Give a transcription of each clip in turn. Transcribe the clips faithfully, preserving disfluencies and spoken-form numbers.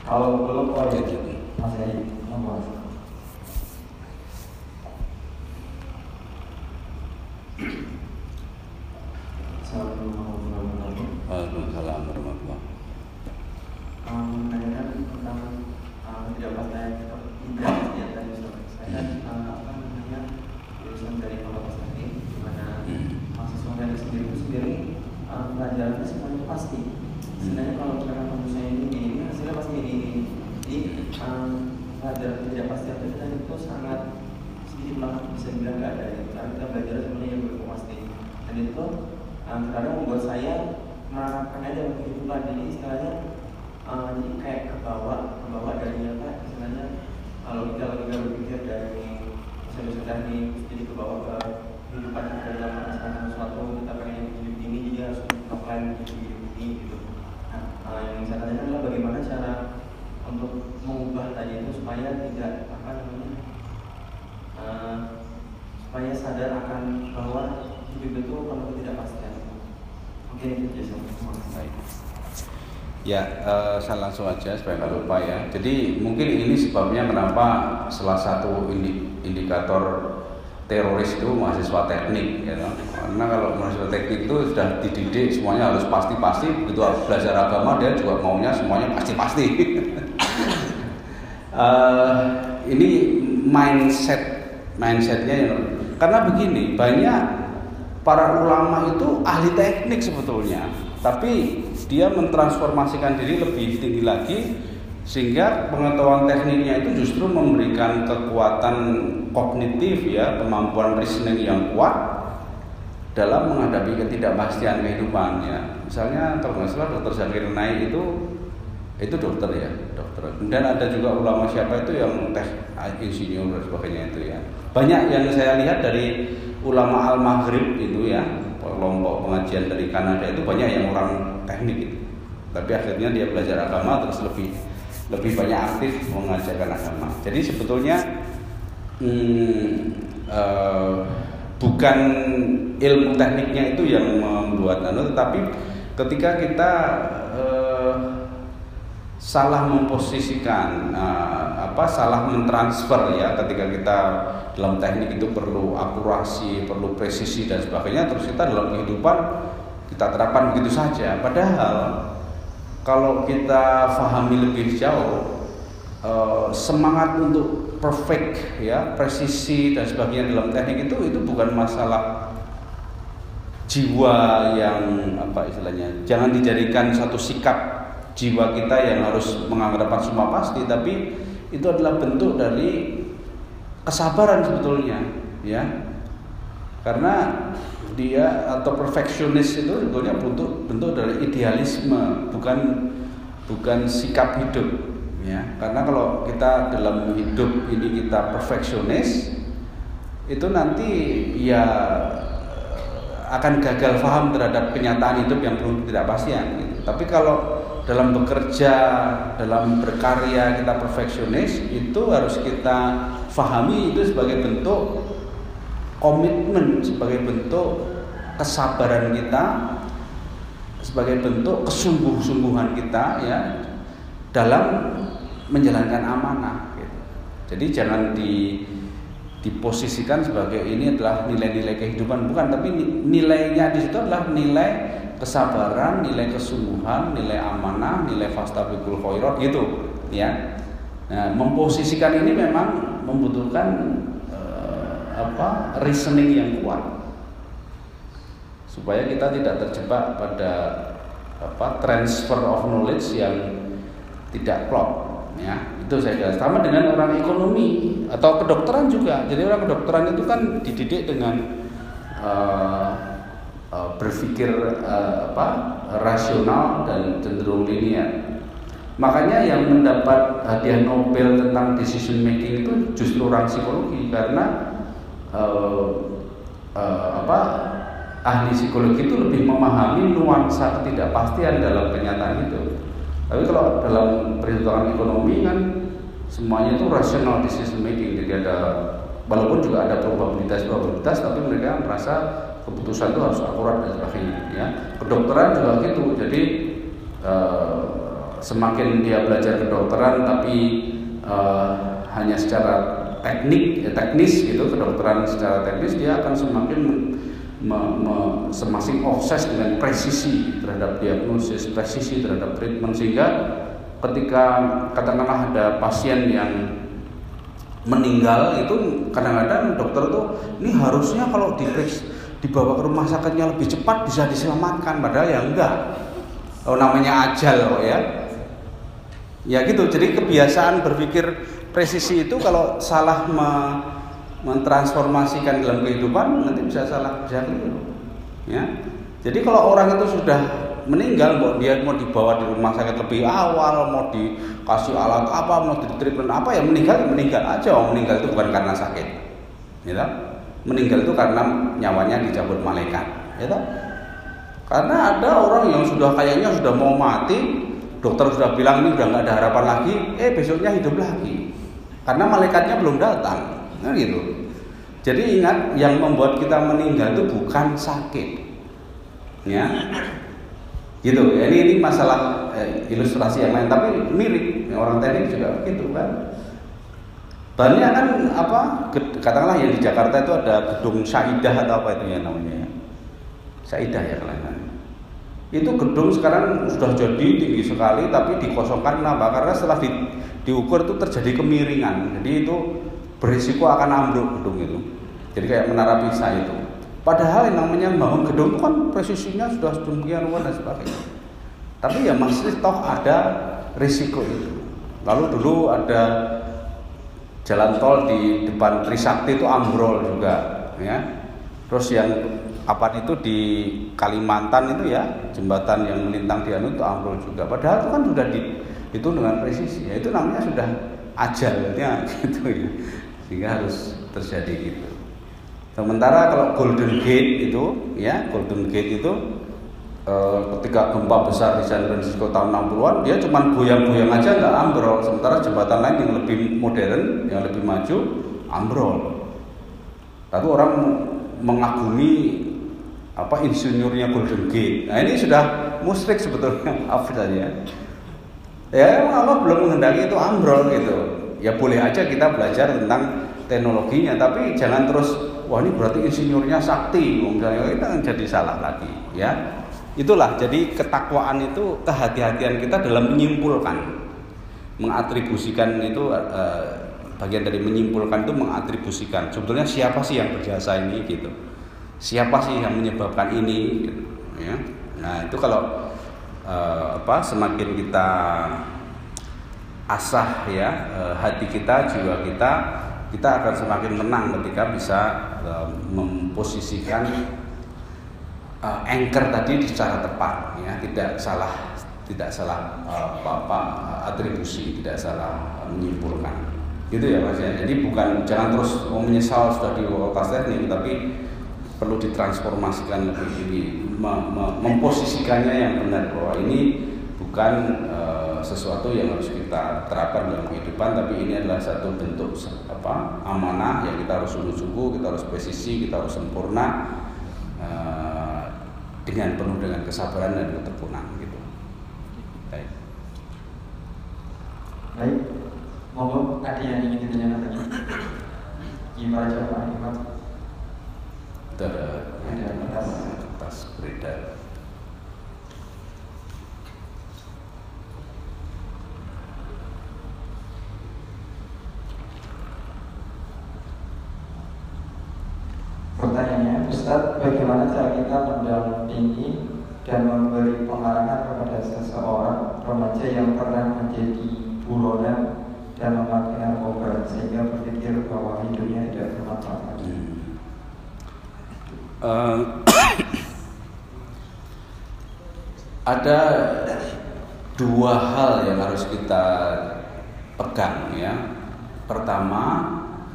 Kalau belum oh ya masih aja nomor. Assalamualaikum warahmatullahi wabarakatuh. Waalaikumsalam warahmatullahi wabarakatuh. Menanyakan tentang tidak pakai indra ya tadi saya kan apa namanya jurusan dari fakultas teknik di mana mahasiswa dari sendiri itu sendiri pelajarannya semuanya pasti. Sebenarnya kalau misalkan kampusnya ini ini hasilnya pasti ini ini. Jadi pelajaran tidak pasti itu kita itu sangat sedikit banget bisa dibilang nggak ada. Karena kita belajar sebenarnya yang belum pasti. Dan itu kadang membuat saya menerapkan aja kehidupan. Jadi istilahnya uh, jadi kayak ke bawah, ke bawah dari apa istilahnya kalau kita lagi nggak berpikir dari usaha-usaha teknik jadi ke bawah ke kehidupan kita dalam merasakan sesuatu kita pengen hidup ini jadi harus melakukan hidup ini gitu. Nah, uh, yang saya tanyakan adalah bagaimana cara untuk mengubah tadi itu supaya tidak apa namanya uh, supaya sadar akan bahwa hidup itu penuh ketidakpastian. Mungkin itu Jason. Baik. Ya, uh, saya langsung aja supaya nggak lupa ya. Jadi mungkin ini sebabnya kenapa salah satu indikator teroris itu mahasiswa teknik, ya. Karena kalau mahasiswa teknik itu sudah dididik semuanya harus pasti-pasti, begitu belajar agama dia juga maunya semuanya pasti-pasti. uh, ini mindset mindsetnya, ya. Karena begini banyak para ulama itu ahli teknik sebetulnya, tapi dia mentransformasikan diri lebih tinggi lagi sehingga pengetahuan tekniknya itu justru memberikan kekuatan kognitif ya, kemampuan reasoning yang kuat dalam menghadapi ketidakpastian kehidupan ya. Misalnya kalau nggak salah dokter Zakir Naik itu itu dokter ya, dokter. Dan ada juga ulama siapa itu yang tes insinyur dan sebagainya itu ya. Banyak yang saya lihat dari ulama Al-Maghrib itu ya, kelompok pengajian dari Kanada itu banyak yang orang teknik itu. Tapi akhirnya dia belajar agama terus lebih lebih banyak aktif mengajarkan agama. Jadi sebetulnya hmm, uh, bukan ilmu tekniknya itu yang membuat anu, tetapi ketika kita uh, salah memposisikan uh, apa salah mentransfer ya, ketika kita dalam teknik itu perlu akurasi, perlu presisi dan sebagainya, terus kita dalam kehidupan kita terapkan begitu saja. Padahal kalau kita pahami lebih jauh, eh, semangat untuk perfect ya, presisi dan sebagainya dalam teknik itu itu bukan masalah jiwa yang apa istilahnya. Jangan dijadikan satu sikap jiwa kita yang harus menganggap semua pasti, tapi itu adalah bentuk dari kesabaran sebetulnya ya. Karena dia atau perfeksionis itu sebetulnya bentuk bentuk dari idealisme, bukan bukan sikap hidup ya. Karena kalau kita dalam hidup ini kita perfeksionis, itu nanti ya akan gagal paham terhadap kenyataan hidup yang penuh ketidakpastian gitu. Tapi kalau dalam bekerja, dalam berkarya kita perfeksionis, itu harus kita pahami itu sebagai bentuk komitmen, sebagai bentuk kesabaran kita, sebagai bentuk kesungguh-sungguhan kita ya dalam menjalankan amanah gitu. Jadi jangan di diposisikan sebagai ini adalah nilai-nilai kehidupan, bukan, tapi nilainya di situ adalah nilai kesabaran, nilai kesungguhan, nilai amanah, nilai fastabiqul khairat gitu ya. Nah, memposisikan ini memang membutuhkan apa reasoning yang kuat supaya kita tidak terjebak pada apa transfer of knowledge yang tidak klop ya. Itu saya kira sama dengan orang ekonomi atau kedokteran juga. Jadi orang kedokteran itu kan dididik dengan uh, uh, berpikir uh, apa rasional dan cenderung linear. Makanya yang mendapat hadiah Nobel tentang decision making itu justru orang psikologi, karena Uh, uh, apa ahli psikologi itu lebih memahami nuansa ketidakpastian dalam kenyataan itu. Tapi kalau dalam perhitungan ekonomi kan semuanya itu rational decision making, jadi ada walaupun juga ada probabilitas probabilitas, tapi mereka merasa keputusan itu harus akurat dan sebagainya. Ya, kedokteran juga gitu. Jadi uh, semakin dia belajar kedokteran tapi uh, hanya secara teknik, ya, teknis gitu, kedokteran secara teknis, dia akan semakin me, me, semakin obses dengan presisi terhadap diagnosis, presisi terhadap treatment, sehingga ketika katakanlah ada pasien yang meninggal itu kadang-kadang dokter tuh ini harusnya kalau diperiksa dibawa ke rumah sakitnya lebih cepat bisa diselamatkan, padahal ya enggak. Oh, namanya ajal loh ya. Ya gitu. Jadi kebiasaan berpikir presisi itu kalau salah me, mentransformasikan dalam kehidupan nanti bisa salah, bisa keliru. Ya. Jadi kalau orang itu sudah meninggal, mau dia mau dibawa di rumah sakit lebih awal, mau dikasih alat apa, mau di treatment apa, ya meninggal meninggal aja. Oh, meninggal itu bukan karena sakit. Ya. Meninggal itu karena nyawanya dicabut malaikat, ya toh? Karena ada orang yang sudah kayaknya sudah mau mati, dokter sudah bilang ini udah nggak ada harapan lagi, eh besoknya hidup lagi, karena malaikatnya belum datang, nah gitu. Jadi ingat, yang membuat kita meninggal itu bukan sakit, ya, gitu. Ini ini masalah eh, ilustrasi yang lain, tapi mirip, ya, orang teknik juga begitu kan. Banyak kan apa, katakanlah yang di Jakarta itu ada gedung Saidah atau apa itu ya namanya ya. Saidah ya kalian. Itu gedung sekarang sudah jadi tinggi sekali tapi dikosongkan. Kenapa? Karena setelah di, diukur itu terjadi kemiringan. Jadi itu berisiko akan ambruk gedung itu. Jadi kayak Menara Pisa itu. Padahal yang namanya bangun gedung itu kan presisinya sudah sedemikian luar dan sebagainya. Tapi ya masih toh ada risiko itu. Lalu dulu ada jalan tol di depan Trisakti itu ambrol juga, ya. Terus yang apa itu di Kalimantan itu ya, jembatan yang melintang di anu itu ambrol juga. Padahal itu kan sudah dihitung dengan presisi. Ya itu namanya sudah ajalnya gitu ya. Sehingga harus terjadi gitu. Sementara kalau Golden Gate itu, ya, Golden Gate itu eh, ketika gempa besar di San Francisco tahun enam puluhan, dia cuma goyang-goyang aja nggak ambrol. Sementara jembatan lain yang lebih modern, yang lebih maju, ambrol. Lalu orang mengagumi apa insinyurnya Golden Gate. Nah ini sudah musyrik sebetulnya, maaf saja. Ya emang Allah belum menghendaki itu ambrol gitu. Ya boleh aja kita belajar tentang teknologinya, tapi jangan terus wah ini berarti insinyurnya sakti, misalnya kita jadi salah lagi, ya. Itulah, jadi ketakwaan itu kehati-hatian kita dalam menyimpulkan, mengatribusikan itu eh, bagian dari menyimpulkan itu mengatribusikan. Sebetulnya siapa sih yang berjasa ini gitu? Siapa sih yang menyebabkan ini? Gitu, ya. Nah itu kalau eh, apa semakin kita asah ya eh, hati kita, jiwa kita, kita akan semakin tenang ketika bisa eh, memposisikan Uh, anchor tadi secara tepat, ya, tidak salah, tidak salah uh, apa, apa atribusi, tidak salah uh, menyimpulkan, gitu ya mas ya. Jadi bukan jangan terus oh, menyesal sudah di fakultas teknik, tapi perlu ditransformasikan lebih tinggi, mem mem memposisikannya yang benar bahwa ini bukan uh, sesuatu yang harus kita terapkan dalam kehidupan, tapi ini adalah satu bentuk apa amanah yang kita harus sungguh-sungguh, kita harus presisi, kita harus sempurna. Uh, dengan penuh dengan kesabaran dan ketekunan gitu. Baik. Baik. Monggo ada yang ingin ditanyakan lagi? Gimana jawaban Imam? Ada ada kertas kertas beredar. Pertanyaannya, Ustadz, bagaimana cara kita mendampingi dan memberi pengarahan kepada seseorang remaja yang pernah menjadi buronan dan memakai narkoba sehingga berpikir bahwa hidupnya tidak bermanfaat lagi? Uh, ada dua hal yang harus kita pegang ya. Pertama,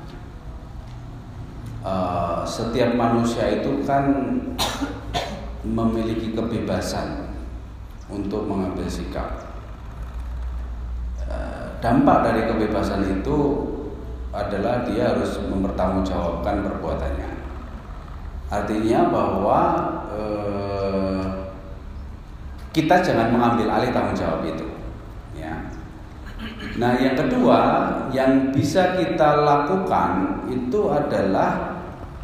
Uh, setiap manusia itu kan memiliki kebebasan untuk mengambil sikap. Uh, dampak dari kebebasan itu adalah dia harus mempertanggungjawabkan perbuatannya. Artinya bahwa uh, kita jangan mengambil alih tanggung jawab itu. Nah, yang kedua yang bisa kita lakukan itu adalah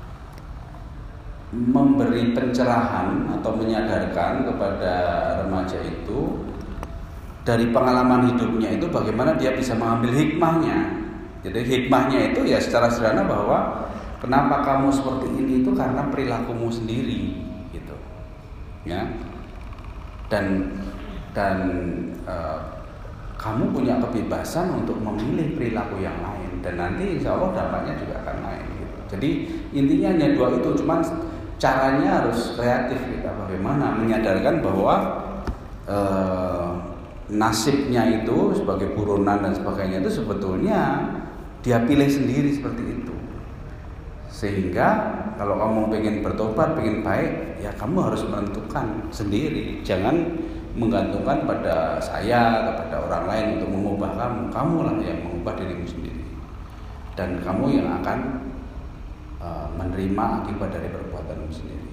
memberi pencerahan atau menyadarkan kepada remaja itu dari pengalaman hidupnya itu bagaimana dia bisa mengambil hikmahnya. Jadi hikmahnya itu ya secara sederhana bahwa kenapa kamu seperti ini itu karena perilakumu sendiri gitu. Ya. Dan dan uh, kamu punya kebebasan untuk memilih perilaku yang lain dan nanti insya Allah dampaknya juga akan lain gitu. Jadi intinya hanya dua itu, cuman caranya harus kreatif kita bagaimana menyadarkan bahwa eh, nasibnya itu sebagai buronan dan sebagainya itu sebetulnya dia pilih sendiri seperti itu. Sehingga kalau kamu pengen bertobat, pengen baik, ya kamu harus menentukan sendiri. Jangan menggantungkan pada saya, kepada orang lain untuk mengubah kamu. Kamulah yang mengubah dirimu sendiri. Dan kamu yang akan uh, menerima akibat dari perbuatanmu sendiri.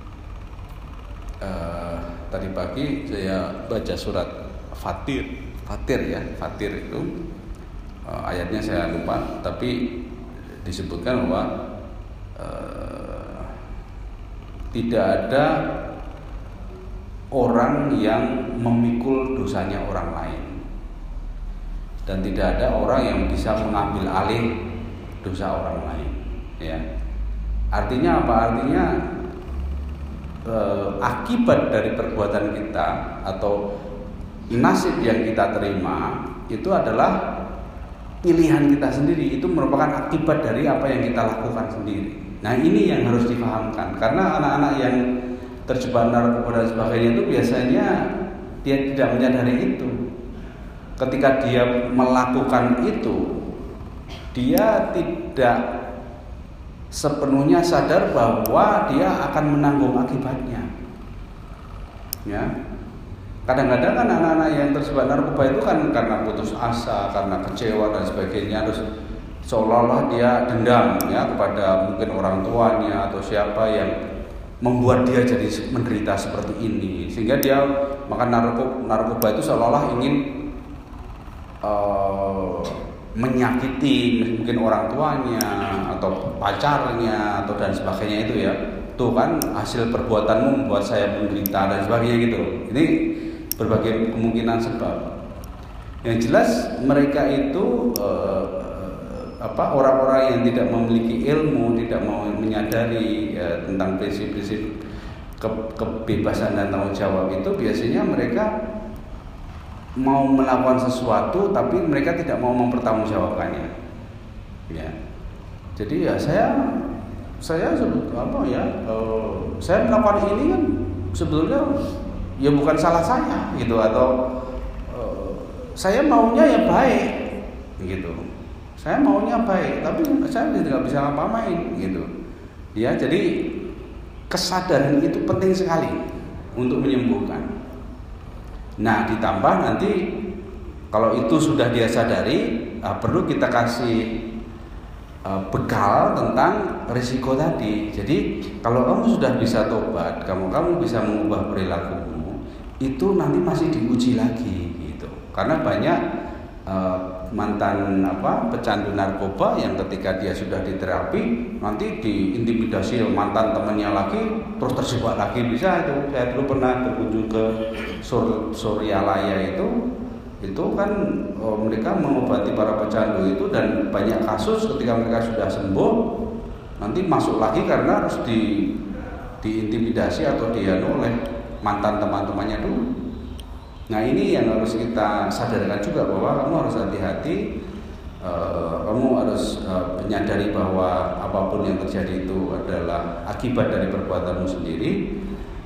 Uh, tadi pagi saya baca surat Fatir, Fatir ya, Fatir itu uh, ayatnya saya lupa, tapi disebutkan bahwa uh, tidak ada orang yang memikul dosanya orang lain dan tidak ada orang yang bisa mengambil alih dosa orang lain. Ya, artinya apa? Artinya eh, akibat dari perbuatan kita atau nasib yang kita terima itu adalah pilihan kita sendiri. Itu merupakan akibat dari apa yang kita lakukan sendiri. Nah, ini yang harus dipahamkan karena anak-anak yang terjebak narkoba dan sebagainya itu biasanya dia tidak menyadari itu. Ketika dia melakukan itu, dia tidak sepenuhnya sadar bahwa dia akan menanggung akibatnya. Ya, kadang-kadang kan anak-anak yang terjebak narkoba itu kan karena putus asa, karena kecewa dan sebagainya, terus seolah-olah dia dendam ya kepada mungkin orang tuanya atau siapa yang membuat dia jadi menderita seperti ini, sehingga dia makan narkoba, narkoba itu seolah-olah ingin uh, menyakiti mungkin orang tuanya atau pacarnya atau dan sebagainya itu ya. Tuh kan hasil perbuatanmu membuat saya menderita dan sebagainya gitu. Ini berbagai kemungkinan sebab. Yang jelas mereka itu uh, apa orang-orang yang tidak memiliki ilmu, tidak mau menyadari ya, tentang prinsip-prinsip ke, kebebasan dan tanggung jawab itu biasanya mereka mau melakukan sesuatu tapi mereka tidak mau mempertanggungjawabkannya. Ya. Jadi ya saya saya sebut apa ya uh, saya melakukan ini kan sebetulnya ya bukan salah saya gitu atau uh, saya maunya ya baik gitu. Saya maunya baik, tapi saya tidak bisa ngapa-ngapain gitu. Ya, jadi kesadaran itu penting sekali untuk menyembuhkan. Nah, ditambah nanti kalau itu sudah dia sadari, uh, perlu kita kasih uh, bekal tentang risiko tadi. Jadi kalau kamu sudah bisa tobat, kamu kamu bisa mengubah perilakumu, itu nanti masih diuji lagi gitu. Karena banyak uh, mantan apa pecandu narkoba yang ketika dia sudah diterapi nanti diintimidasi mantan temannya lagi terus terjebak lagi bisa itu. Saya dulu pernah berkunjung ke Sur, Suryalaya itu itu kan oh, mereka mengobati para pecandu itu dan banyak kasus ketika mereka sudah sembuh nanti masuk lagi karena harus di diintimidasi atau dianu oleh mantan teman-temannya dulu. Nah, ini yang harus kita sadarkan juga bahwa kamu harus hati-hati, uh, kamu harus uh, menyadari bahwa apapun yang terjadi itu adalah akibat dari perbuatanmu sendiri.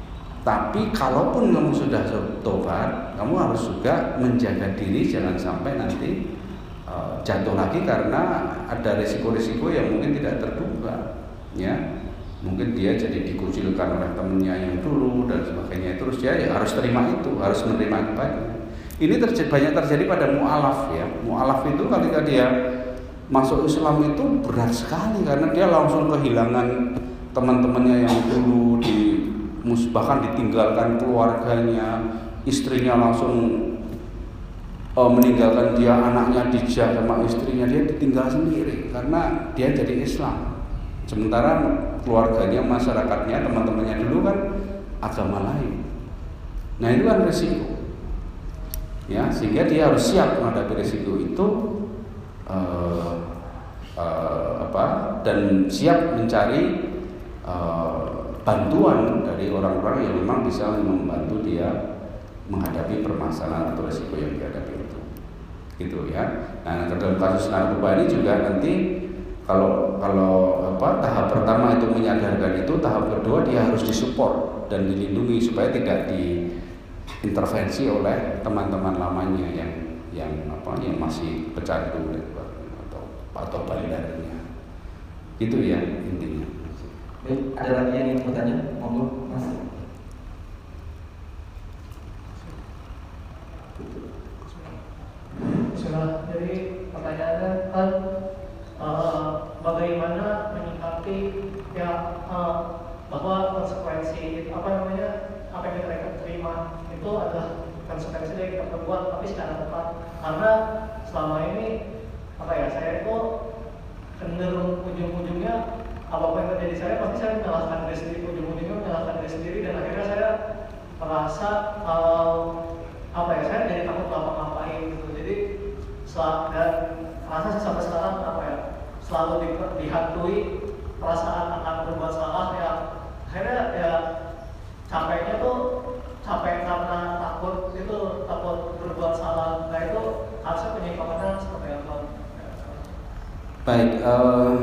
Tapi kalaupun kamu sudah tobat, kamu harus juga menjaga diri jangan sampai nanti uh, jatuh lagi karena ada risiko-risiko yang mungkin tidak terduga, ya. Mungkin dia jadi dikucilkan oleh temennya yang dulu dan sebagainya. Terus dia ya harus terima itu, harus menerima akibatnya. Ini terjadi, banyak terjadi pada mu'alaf ya. Mu'alaf itu ketika dia masuk Islam itu berat sekali karena dia langsung kehilangan teman-temannya yang dulu, di, bahkan ditinggalkan keluarganya, istrinya langsung oh, meninggalkan dia anaknya dijak sama istrinya, dia ditinggal sendiri karena dia jadi Islam. Sementara keluarganya, masyarakatnya, teman-temannya dulu kan agama lain. Nah itu kan resiko. Ya, sehingga dia harus siap menghadapi resiko itu, uh, uh, apa, dan siap mencari uh, bantuan dari orang-orang yang memang bisa membantu dia menghadapi permasalahan atau resiko yang dihadapi itu, gitu ya. Nah, dalam kasus narkoba ini juga nanti kalau kalau apa tahap pertama itu menyadarkan itu, tahap kedua dia harus disupport dan dilindungi supaya tidak diintervensi oleh teman-teman lamanya yang yang apa yang masih pecandu atau atau bandarnya, gitu ya intinya. Baik, ada lagi yang ingin bertanya? Monggo, Mas. Bismillah. Jadi pertanyaannya kan uh, bagaimana menyikapi ya uh, bahwa konsekuensi apa namanya apa yang mereka terima itu adalah konsekuensi dari kita perbuat tapi secara tepat, karena selama ini apa ya saya itu cenderung ujung-ujungnya apapun yang terjadi saya pasti saya menyalahkan diri sendiri, ujung-ujungnya menyalahkan diri sendiri, dan akhirnya saya merasa kalau apa ya saya jadi takut ngapa-ngapain gitu. Jadi sel- dan rasa sih sampai sekarang apa ya selalu di, dihantui perasaan akan berbuat salah ya, akhirnya ya capeknya tuh capek karena takut itu takut berbuat salah. Nah itu harusnya penyimpangannya seperti apa? Baik, uh,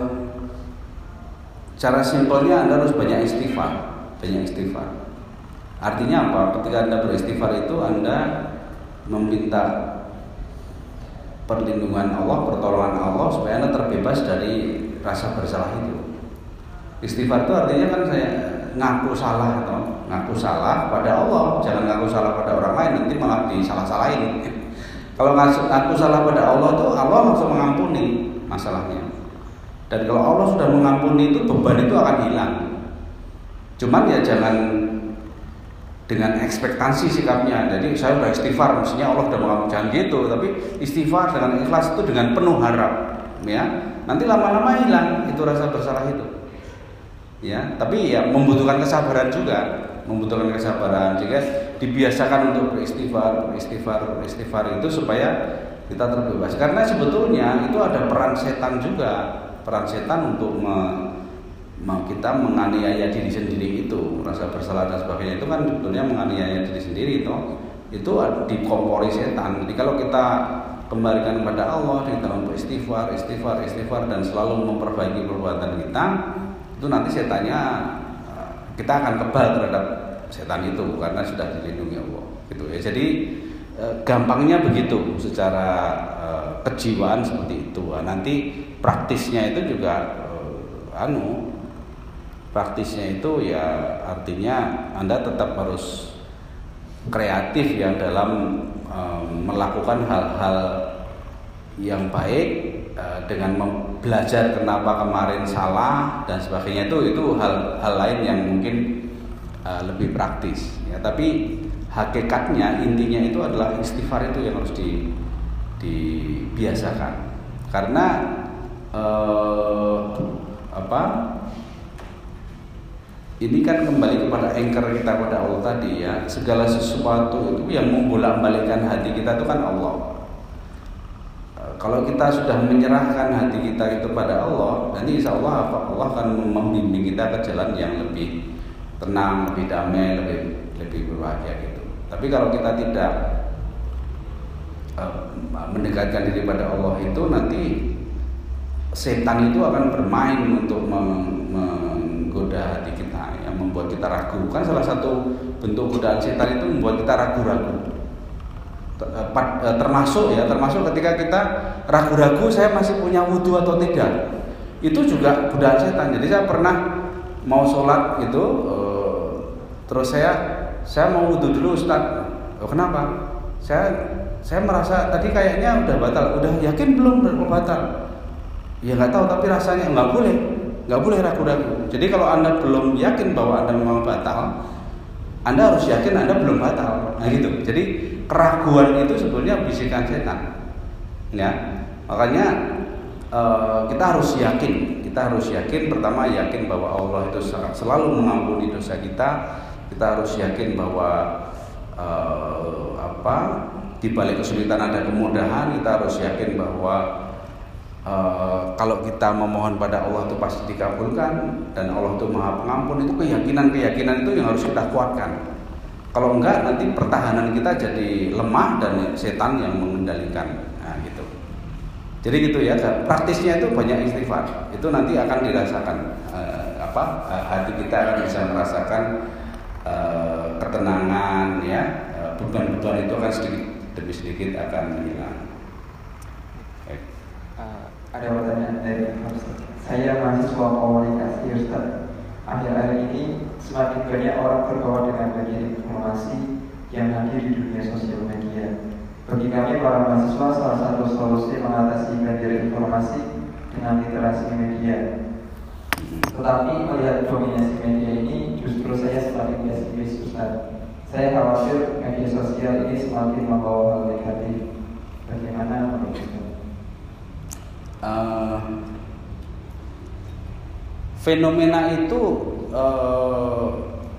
cara simpelnya Anda harus banyak istighfar, banyak istighfar. Artinya apa? Ketika Anda beristighfar itu Anda meminta perlindungan Allah, pertolongan Allah supaya Anda terbebas dari rasa bersalah itu. Istighfar itu artinya kan saya ngaku salah atau ngaku salah pada Allah, jangan ngaku salah pada orang lain, nanti malah disalah-salahin. Kalau ngaku salah pada Allah itu Allah langsung mengampuni masalahnya. Dan kalau Allah sudah mengampuni itu beban itu akan hilang. Cuman ya jangan dengan ekspektasi sikapnya. Jadi saya udah istighfar, mestinya Allah sudah mengampuni, jangan gitu. Tapi istighfar dengan ikhlas itu dengan penuh harap, ya. Nanti lama-lama hilang itu rasa bersalah itu. Ya, tapi ya membutuhkan kesabaran juga, membutuhkan kesabaran. Jika dibiasakan untuk beristighfar, beristighfar, beristighfar itu supaya kita terbebas. Karena sebetulnya itu ada peran setan juga, peran setan untuk me, me, kita menganiaya diri sendiri itu, rasa bersalah dan sebagainya itu kan sebetulnya menganiaya diri sendiri itu, itu dikompori setan. Jadi kalau kita kembalikan kepada Allah dengan beristighfar, istighfar, istighfar dan selalu memperbaiki perbuatan kita, itu nanti setannya kita akan kebal terhadap setan itu karena sudah dilindungi Allah gitu ya. Jadi eh, gampangnya begitu secara eh, kejiwaan seperti itu. Nah, nanti praktisnya itu juga eh, anu praktisnya itu ya artinya Anda tetap harus kreatif ya dalam eh, melakukan hal-hal yang baik dengan belajar kenapa kemarin salah dan sebagainya, itu itu hal hal lain yang mungkin uh, lebih praktis ya. Tapi hakikatnya intinya itu adalah istighfar itu yang harus di, dibiasakan karena uh, apa ini kan kembali kepada anchor kita pada Allah tadi ya. Segala sesuatu itu yang membolak-balikkan hati kita itu kan Allah. Kalau kita sudah menyerahkan hati kita itu pada Allah, nanti insya Allah Allah akan membimbing kita ke jalan yang lebih tenang, lebih damai, lebih lebih berbahagia gitu. Tapi kalau kita tidak uh, mendekatkan diri pada Allah itu, nanti setan itu akan bermain untuk menggoda hati kita, yang membuat kita ragu. Kan salah satu bentuk godaan setan itu membuat kita ragu-ragu. Termasuk ya, termasuk ketika kita ragu-ragu saya masih punya wudhu atau tidak, itu juga godaan setan. Jadi saya pernah mau sholat gitu, uh, terus saya saya mau wudhu dulu Ustaz. Oh, kenapa? Saya saya merasa tadi kayaknya udah batal. Udah yakin belum batal? Ya nggak tahu, tapi rasanya nggak boleh, nggak boleh ragu-ragu. Jadi kalau Anda belum yakin bahwa Anda memang batal, Anda harus yakin Anda belum batal. Nah gitu. Jadi keraguan itu sebetulnya bisikan setan. Ya, makanya uh, kita harus yakin. Kita harus yakin. Pertama yakin bahwa Allah itu selalu mengampuni dosa kita. Kita harus yakin bahwa uh, apa di balik kesulitan ada kemudahan. Kita harus yakin bahwa Uh, kalau kita memohon pada Allah itu pasti dikabulkan dan Allah itu Maha Pengampun. Itu keyakinan-keyakinan itu yang harus kita kuatkan. Kalau enggak nanti pertahanan kita jadi lemah dan setan yang mengendalikan. Nah, gitu. Jadi gitu ya. Praktisnya itu banyak istighfar. Itu nanti akan dirasakan uh, apa uh, hati kita akan bisa merasakan uh, ketenangan ya. Uh, beban-beban itu akan sedikit demi sedikit akan hilang. Ada pertanyaan dari Ustaz. Saya mahasiswa komunikasi Ustaz. Akhir-akhir ini semakin banyak orang terbawa dengan banyak informasi yang hadir di dunia sosial media. Bagi kami para mahasiswa, salah satu solusi mengatasi banjir informasi dengan literasi media. Tetapi melihat dominasi media ini, justru saya semakin pesimis Ustaz. Saya khawatir media sosial ini semakin membawa hal negatif. Bagaimana menurut Ustaz? Uh, fenomena itu uh,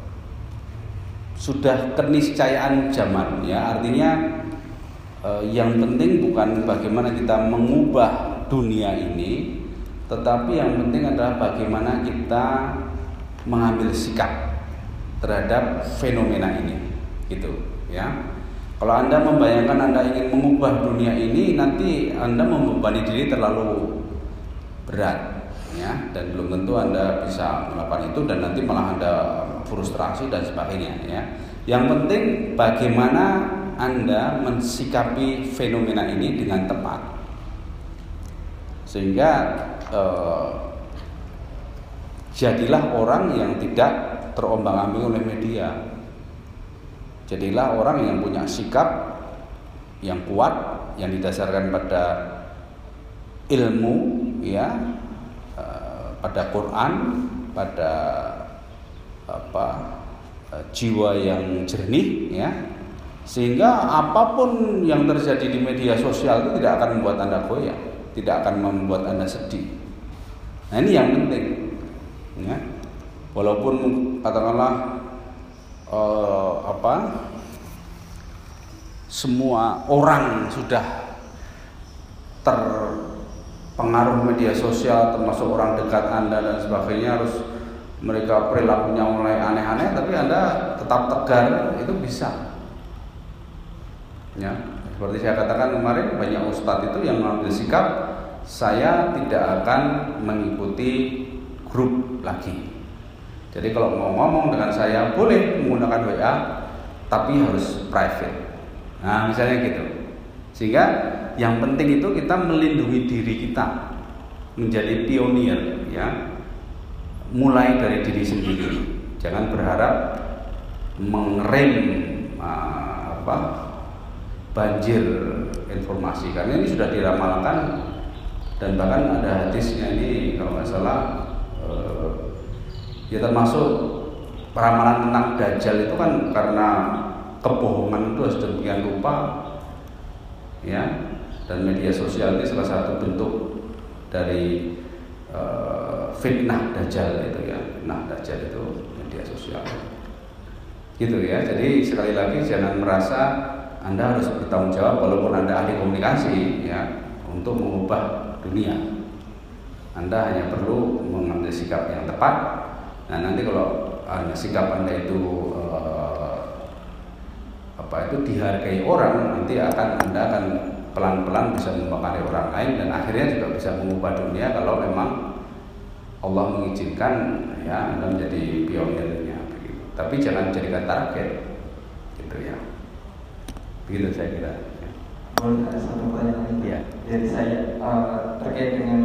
sudah keniscayaan zaman ya, artinya uh, yang penting bukan bagaimana kita mengubah dunia ini, tetapi yang penting adalah bagaimana kita mengambil sikap terhadap fenomena ini, gitu ya. Kalau Anda membayangkan Anda ingin mengubah dunia ini, nanti Anda membebani diri terlalu berat, ya, dan belum tentu Anda bisa melakukan itu, dan nanti malah Anda frustrasi dan sebagainya, ya. Yang penting bagaimana Anda mensikapi fenomena ini dengan tepat, sehingga eh, jadilah orang yang tidak terombang-ambing oleh media. Jadilah orang yang punya sikap yang kuat, yang didasarkan pada ilmu, ya, pada Quran, pada apa jiwa yang jernih, ya, sehingga apapun yang terjadi di media sosial itu tidak akan membuat Anda goyah, tidak akan membuat Anda sedih. Nah ini yang penting, ya. Walaupun katakanlah Uh, apa semua orang sudah terpengaruh media sosial, termasuk orang dekat Anda dan sebagainya, harus mereka perilakunya mulai aneh-aneh, tapi Anda tetap tegar, itu bisa, ya. Seperti saya katakan kemarin, banyak ustadz itu yang mengambil sikap, saya tidak akan mengikuti grup lagi. Jadi kalau mau ngomong dengan saya boleh menggunakan W A, tapi harus private. Nah misalnya gitu. Sehingga yang penting itu kita melindungi diri kita, menjadi pionir, ya. Mulai dari diri sendiri. Jangan berharap mengerem uh, apa banjir informasi, karena ini sudah diramalkan dan bahkan ada hadisnya ini kalau nggak salah. Uh, Ya termasuk ramalan tentang Dajjal itu kan karena kebohongan itu sedemikian rupa, ya, dan media sosial ini salah satu bentuk dari uh, fitnah Dajjal itu, ya, fitnah Dajjal itu media sosial, gitu ya. Jadi sekali lagi jangan merasa Anda harus bertanggung jawab walaupun Anda ahli komunikasi, ya, untuk mengubah dunia. Anda hanya perlu mengambil sikap yang tepat. Nah nanti kalau uh, sikap Anda itu uh, apa itu dihargai orang, nanti akan Anda akan pelan-pelan bisa mempengaruhi orang lain dan akhirnya juga bisa mengubah dunia kalau memang Allah mengizinkan, ya, Anda menjadi pionirnya. Begitu. Tapi jangan jadikan target, gitu ya. Begitu saya kira. Boleh ada satu pertanyaan ya. Dari saya uh, terkait dengan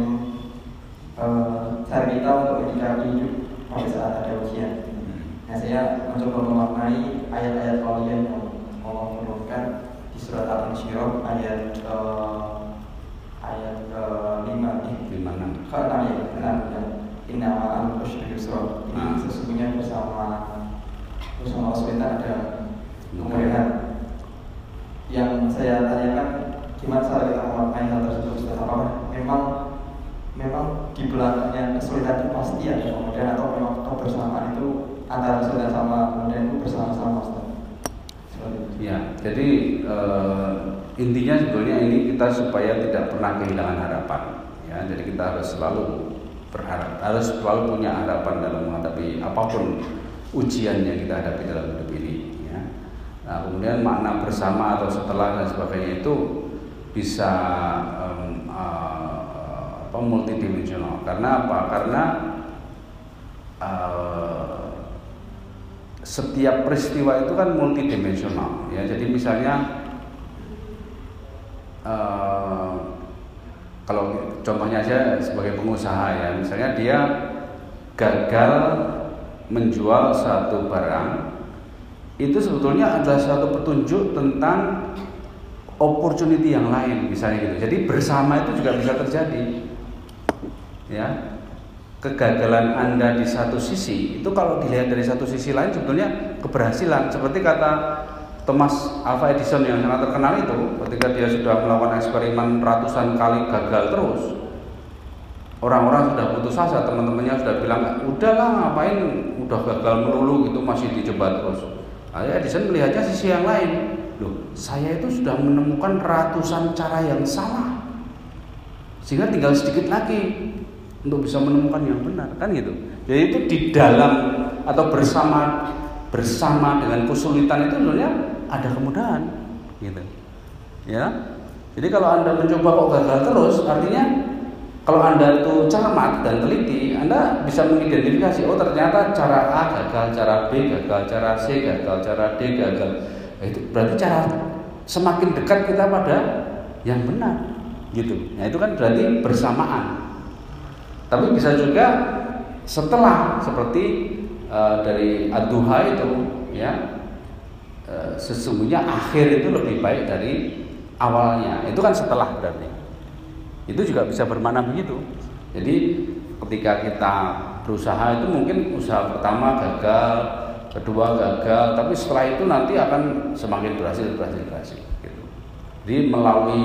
uh, cara kita untuk menyikapi hidup pada saat ada ujian. Nah saya mencoba memaknai ayat-ayat kalian yang Allah turunkan di surat Al-Insyirah ayat uh, ayat ke lima nih. Lima enam. Karena ya benar dan inna ma'al usri yusra. Ini sesungguhnya bersama bersama kesulitan ada kemudian. Yang saya tanyakan, gimana cara kita memakai hal tersebut? Ustaz? Apakah memang memang di belakangnya kesulitan itu pasti ada kemudian, atau memang kebersamaan itu antara kesulitan sama kemudian itu bersama-sama, Ustaz? Ya, jadi uh, intinya sebetulnya ini kita supaya tidak pernah kehilangan harapan. Ya, jadi kita harus selalu berharap, harus selalu punya harapan dalam menghadapi apapun ujian yang kita hadapi dalam hidup ini. Ya. Nah, kemudian makna bersama atau setelah dan sebagainya itu bisa um, uh, apa, multidimensional. Karena apa? Karena uh, setiap peristiwa itu kan multidimensional. Ya, jadi misalnya uh, kalau contohnya aja sebagai pengusaha ya, misalnya dia gagal menjual satu barang, itu sebetulnya adalah suatu petunjuk tentang opportunity yang lain, misalnya gitu. Jadi bersama itu juga bisa terjadi. Ya, kegagalan Anda di satu sisi itu kalau dilihat dari satu sisi lain sebetulnya keberhasilan. Seperti kata Thomas Alva Edison yang sangat terkenal itu, ketika dia sudah melakukan eksperimen ratusan kali gagal terus, orang-orang sudah putus asa, teman-temannya sudah bilang, udahlah ngapain, udah gagal melulu gitu, masih dicoba terus. Akhirnya Edison melihatnya sisi yang lain. Loh, saya itu sudah menemukan ratusan cara yang salah, sehingga tinggal sedikit lagi untuk bisa menemukan yang benar, kan gitu. Jadi itu di dalam atau bersama bersama dengan kesulitan itu sebenarnya ada kemudahan, gitu. Ya. Jadi kalau Anda mencoba kok gagal terus, artinya kalau Anda itu cermat dan teliti, Anda bisa mengidentifikasi, oh ternyata cara A gagal, cara B gagal, cara C gagal, cara D gagal. Itu berarti cara semakin dekat kita pada yang benar, gitu. Nah itu kan berarti bersamaan. Tapi bisa juga setelah, seperti uh, dari Ad-Duha itu, ya uh, sesungguhnya akhir itu lebih baik dari awalnya. Itu kan setelah berarti. Itu juga bisa bermakna begitu. Jadi ketika kita berusaha itu mungkin usaha pertama gagal, kedua gagal, tapi setelah itu nanti akan semakin berhasil, berhasil, berhasil. Gitu. Jadi melalui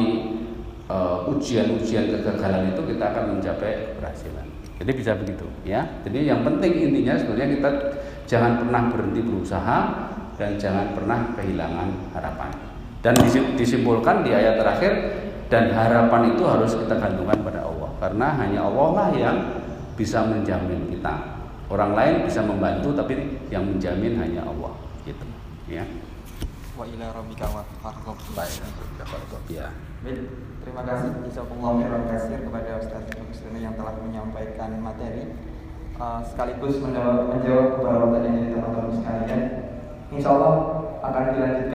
uh, ujian-ujian kegagalan itu kita akan mencapai keberhasilan. Jadi bisa begitu, ya. Jadi yang penting intinya sebenarnya kita jangan pernah berhenti berusaha dan jangan pernah kehilangan harapan. Dan disimpulkan di ayat terakhir, dan harapan itu harus kita gantungkan pada Allah, karena hanya Allah lah yang bisa menjamin kita. Orang lain bisa membantu, tapi yang menjamin hanya Allah, gitu. Ya. Wa ila rabbika farghab. Baik. Ya. Baik, terima kasih jazakumullah khairan katsir kepada Ustaz Muslim yang telah menyampaikan materi uh, sekaligus menjawab menjawab beberapa pertanyaan dari teman-teman sekalian. Insyaallah akan dilanjutkan